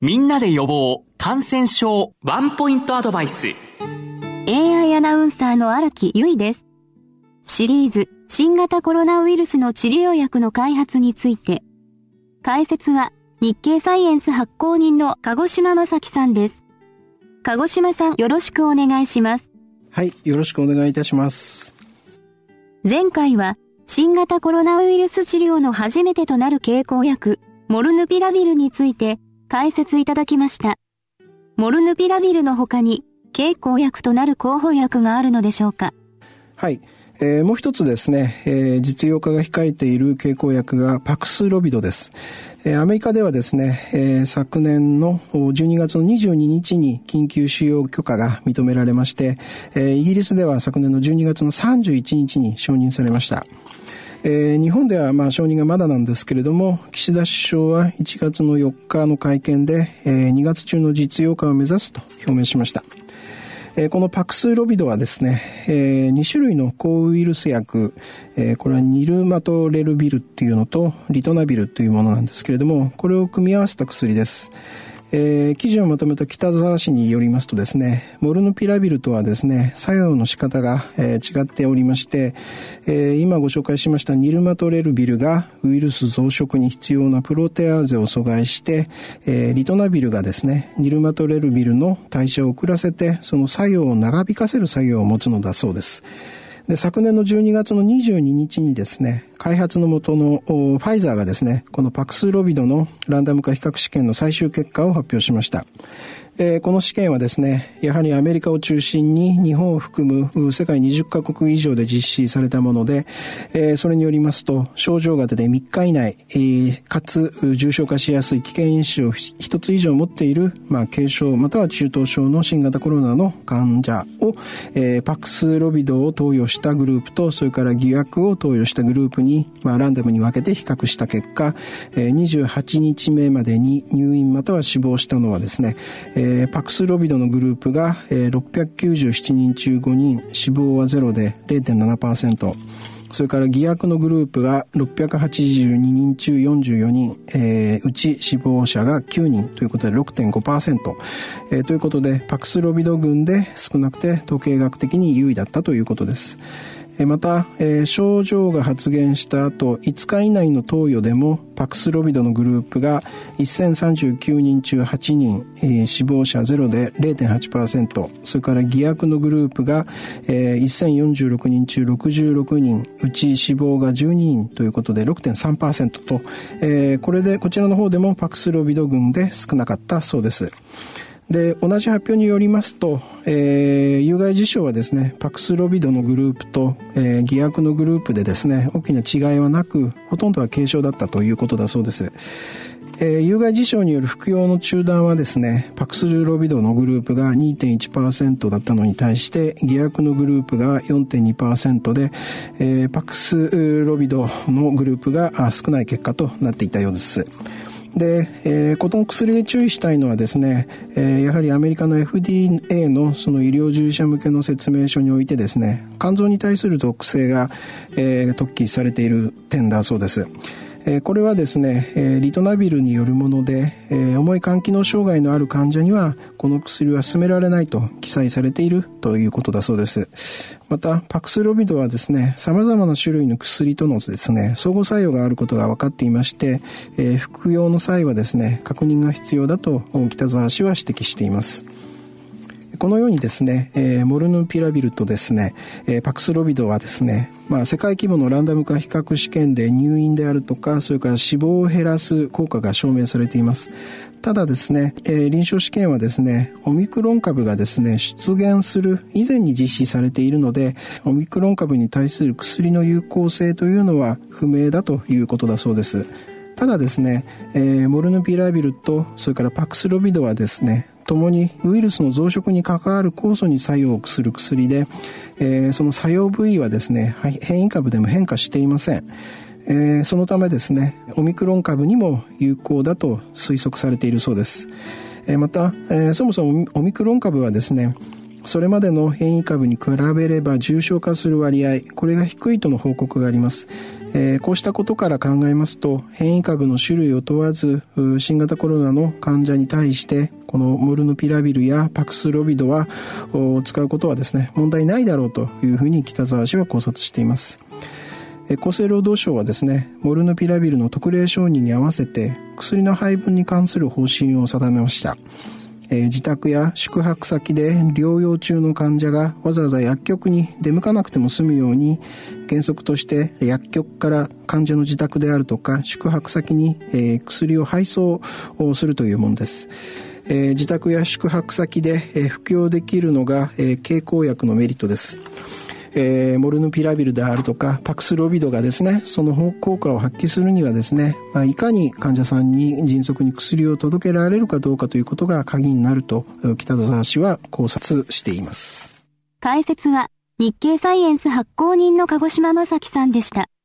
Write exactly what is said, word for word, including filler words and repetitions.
みんなで予防感染症ワンポイントアドバイス。 エーアイ アナウンサーの荒木由衣です。シリーズ新型コロナウイルスの治療薬の開発について、解説は日経サイエンス発行人の鹿児島正樹さんです。鹿児島さん、よろしくお願いします。 はい、よろしくお願いいたします。 前回は新型コロナウイルス治療の初めてとなる経口薬モルヌピラビルについて解説いただきました。モルヌピラビルの他に経口薬となる候補薬があるのでしょうか。 はい、えー、もう一つですね、えー、実用化が控えている経口薬がパクスロビドです。えー、アメリカではですね、えー、昨年のじゅうにがつのにじゅうににちに緊急使用許可が認められまして、えー、イギリスでは昨年のじゅうにがつのさんじゅういちにちに承認されました。えー、日本ではまあ承認がまだなんですけれども、岸田首相はいちがつのよっかの会見で、えー、にがつ中の実用化を目指すと表明しました。えー、このパクスロビドはですね、えー、にしゅるいの抗ウイルス薬、えー、これはニルマトレルビルっていうのとリトナビルというものなんですけれども、これを組み合わせた薬です。えー、記事をまとめた北澤氏によりますとですね、モルヌピラビルとはですね、作用の仕方が、えー、違っておりまして、えー、今ご紹介しましたニルマトレルビルがウイルス増殖に必要なプロテアーゼを阻害して、えー、リトナビルがですね、ニルマトレルビルの代謝を遅らせて、その作用を長引かせる作用を持つのだそうです。で、昨年のじゅうにがつのにじゅうににちにですね、開発の元のファイザーがですね、このパクスロビドのランダム化比較試験の最終結果を発表しました。えー、この試験はですね、やはりアメリカを中心に日本を含む世界にじゅっかこく以上で実施されたもので、えー、それによりますと、症状が出てみっか以内、えー、かつ重症化しやすい危険因子をひとつ以上持っている、まあ、軽症または中等症の新型コロナの患者を、えー、パクスロビドを投与したグループと、それから偽薬を投与したグループに、まあ、ランダムに分けて比較した結果、えー、にじゅうはちにちめまでに入院または死亡したのはですね、えーパクスロビドのグループがろっぴゃくきゅうじゅうななにんちゅうごにん、死亡はゼロで れいてんななパーセント、 それから偽薬のグループがろっぴゃくはちじゅうににんちゅうよんじゅうよにん、えー、うち死亡者がきゅうにんということで ろくてんごパーセント、えー、ということでパクスロビド群で少なくて統計学的に優位だったということです。また、えー、症状が発現した後いつか以内の投与でもパクスロビドのグループがせんさんじゅうきゅうにんちゅうはちにん、えー、死亡者ゼロで れいてんはちパーセント、 それから偽薬のグループが、えー、せんよんじゅうろくにんちゅうろくじゅうろくにん、うち死亡がじゅうににんということで ろくてんさんパーセント と、えー、これでこちらの方でもパクスロビド群で少なかったそうです。で、同じ発表によりますと、えー、有害事象はですね、パクスロビドのグループと、えー、偽薬のグループでですね、大きな違いはなく、ほとんどは軽症だったということだそうです。えー、有害事象による服用の中断はですね、パクスロビドのグループが にてんいちパーセント だったのに対して偽薬のグループが よんてんにパーセント で、えー、パクスロビドのグループが少ない結果となっていたようです。で、えー、この薬で注意したいのはですね、えー、やはりアメリカの エフディーエー のその医療従事者向けの説明書においてですね、肝臓に対する毒性が、えー、特記されている点だそうです。えー、これはですね、えー、リトナビルによるもので、えー、重い肝機能障害のある患者にはこの薬は勧められないと記載されているということだそうです。またパクスロビドはですね、様々な種類の薬とのですね、相互作用があることが分かっていまして、えー、服用の際はですね、確認が必要だと北澤氏は指摘しています。このようにですね、えー、モルヌピラビルとですね、えー、パクスロビドはですね、まあ、世界規模のランダム化比較試験で入院であるとか、それから死亡を減らす効果が証明されています。ただですね、えー、臨床試験はですね、オミクロン株がですね、出現する以前に実施されているので、オミクロン株に対する薬の有効性というのは不明だということだそうです。ただですね、えー、モルヌピラビルとそれからパクスロビドはですね、ともにウイルスの増殖に関わる酵素に作用する薬で、えー、その作用部位はですね、変異株でも変化していません。えー、そのためですね、オミクロン株にも有効だと推測されているそうです。えー、また、えー、そもそもオミクロン株はですね、 それまでの変異株に比べれば重症化する割合、これが低いとの報告があります。えー、こうしたことから考えますと、変異株の種類を問わず新型コロナの患者に対してこのモルヌピラビルやパクスロビドは使うことはですね、問題ないだろうというふうに北澤氏は考察しています。厚生労働省はですね、モルヌピラビルの特例承認に合わせて薬の配分に関する方針を定めました。えー、自宅や宿泊先で療養中の患者がわざわざ薬局に出向かなくても済むように、原則として薬局から患者の自宅であるとか宿泊先に、えー、薬を配送をするというものです。えー、自宅や宿泊先で、えー、服用できるのが、えー、経口薬のメリットです。えー、モルヌピラビルであるとかパクスロビドがですね、その効果を発揮するにはですね、まあ、いかに患者さんに迅速に薬を届けられるかどうかということが鍵になると北澤氏は考察しています。 解説は日経サイエンス発行人の鹿児島正樹さんでした。